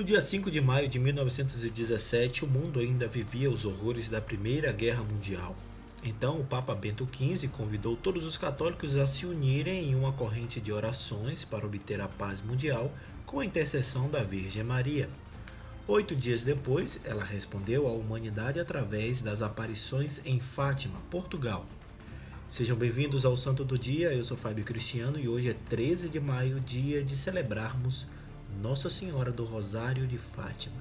No dia 5 de maio de 1917, o mundo ainda vivia os horrores da Primeira Guerra Mundial. Então, o Papa Bento XV convidou todos os católicos a se unirem em uma corrente de orações para obter a paz mundial com a intercessão da Virgem Maria. 8 dias depois, ela respondeu à humanidade através das aparições em Fátima, Portugal. Sejam bem-vindos ao Santo do Dia, eu sou Fábio Cristiano e hoje é 13 de maio, dia de celebrarmos Nossa Senhora do Rosário de Fátima.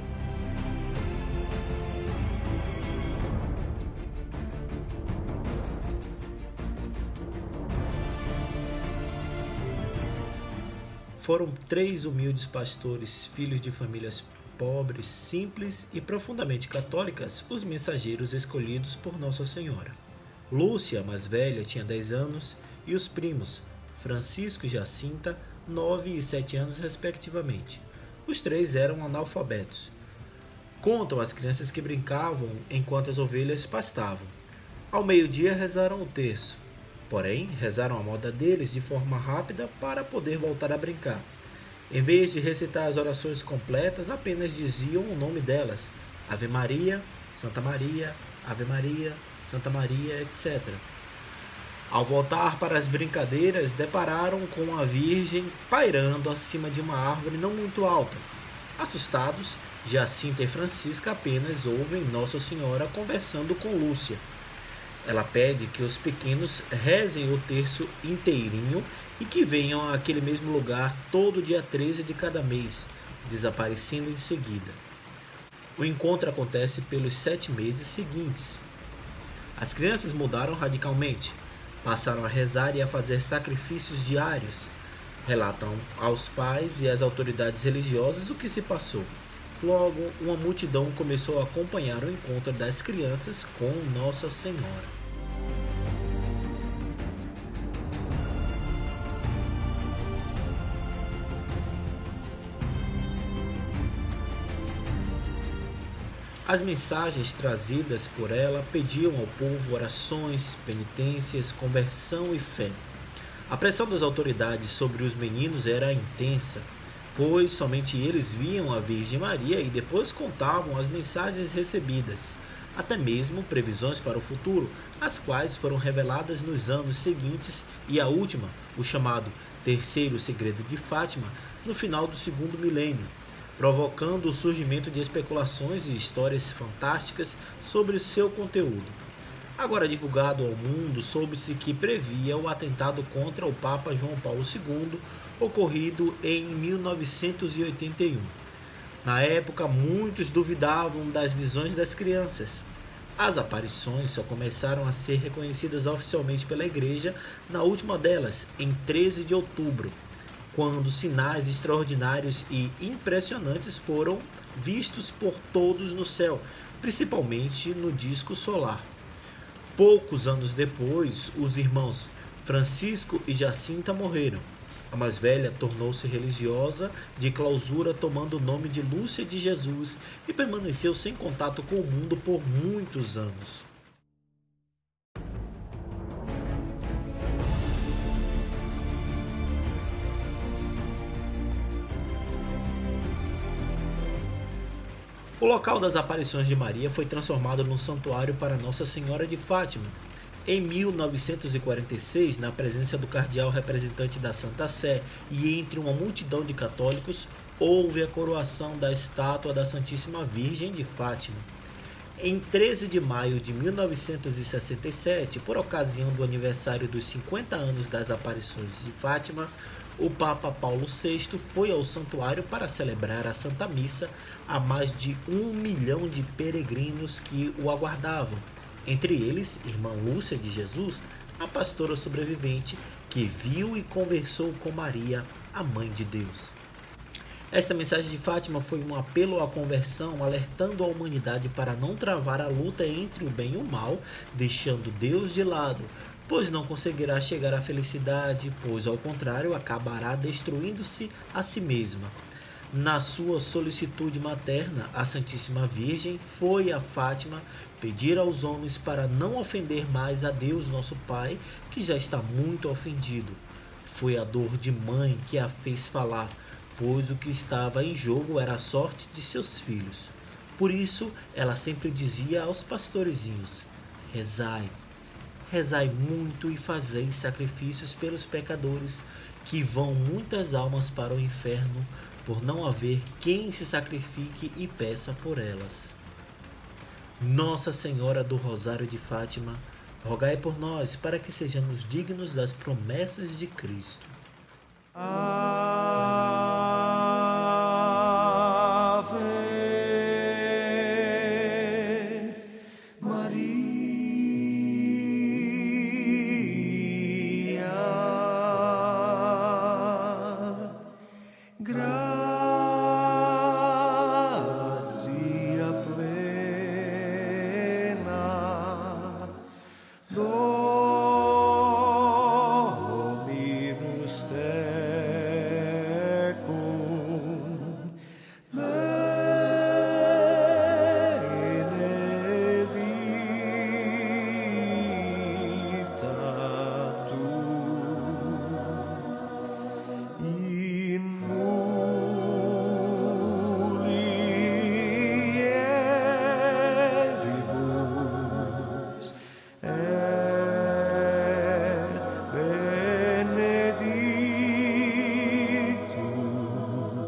Foram 3 humildes pastores, filhos de famílias pobres, simples e profundamente católicas, os mensageiros escolhidos por Nossa Senhora. Lúcia, a mais velha, tinha 10 anos, e os primos, Francisco e Jacinta, 9 e 7 anos respectivamente. Os 3 eram analfabetos. Contam as crianças que brincavam enquanto as ovelhas pastavam. Ao meio-dia rezaram o terço. Porém, rezaram a moda deles de forma rápida para poder voltar a brincar. Em vez de recitar as orações completas, apenas diziam o nome delas: Ave Maria, Santa Maria, Ave Maria, Santa Maria, etc. Ao voltar para as brincadeiras, depararam com a Virgem pairando acima de uma árvore não muito alta. Assustados, Jacinta e Francisca apenas ouvem Nossa Senhora conversando com Lúcia. Ela pede que os pequenos rezem o terço inteirinho e que venham àquele mesmo lugar todo dia 13 de cada mês, desaparecendo em seguida. O encontro acontece pelos 7 meses seguintes. As crianças mudaram radicalmente, passaram a rezar e a fazer sacrifícios diários. Relatam aos pais e às autoridades religiosas o que se passou. Logo, uma multidão começou a acompanhar o encontro das crianças com Nossa Senhora. As mensagens trazidas por ela pediam ao povo orações, penitências, conversão e fé. A pressão das autoridades sobre os meninos era intensa, pois somente eles viam a Virgem Maria e depois contavam as mensagens recebidas, até mesmo previsões para o futuro, as quais foram reveladas nos anos seguintes e a última, o chamado Terceiro Segredo de Fátima, no final do 2º milênio, provocando o surgimento de especulações e histórias fantásticas sobre o seu conteúdo. Agora divulgado ao mundo, soube-se que previa o atentado contra o Papa João Paulo II, ocorrido em 1981. Na época, muitos duvidavam das visões das crianças. As aparições só começaram a ser reconhecidas oficialmente pela Igreja na última delas, em 13 de outubro, quando sinais extraordinários e impressionantes foram vistos por todos no céu, principalmente no disco solar. Poucos anos depois, os irmãos Francisco e Jacinta morreram. A mais velha tornou-se religiosa de clausura, tomando o nome de Lúcia de Jesus, e permaneceu sem contato com o mundo por muitos anos. O local das aparições de Maria foi transformado num santuário para Nossa Senhora de Fátima. Em 1946, na presença do cardeal representante da Santa Sé e entre uma multidão de católicos, houve a coroação da estátua da Santíssima Virgem de Fátima. Em 13 de maio de 1967, por ocasião do aniversário dos 50 anos das aparições de Fátima, o Papa Paulo VI foi ao santuário para celebrar a Santa Missa a mais de 1 milhão de peregrinos que o aguardavam. Entre eles, irmã Lúcia de Jesus, a pastora sobrevivente, que viu e conversou com Maria, a Mãe de Deus. Esta mensagem de Fátima foi um apelo à conversão, alertando a humanidade para não travar a luta entre o bem e o mal, deixando Deus de lado, pois não conseguirá chegar à felicidade, pois ao contrário acabará destruindo-se a si mesma. Na sua solicitude materna, a Santíssima Virgem foi a Fátima pedir aos homens para não ofender mais a Deus nosso Pai, que já está muito ofendido. Foi a dor de mãe que a fez falar: pois o que estava em jogo era a sorte de seus filhos. Por isso, ela sempre dizia aos pastorezinhos: rezai, rezai muito e fazei sacrifícios pelos pecadores, que vão muitas almas para o inferno, por não haver quem se sacrifique e peça por elas. Nossa Senhora do Rosário de Fátima, rogai por nós para que sejamos dignos das promessas de Cristo. Amém.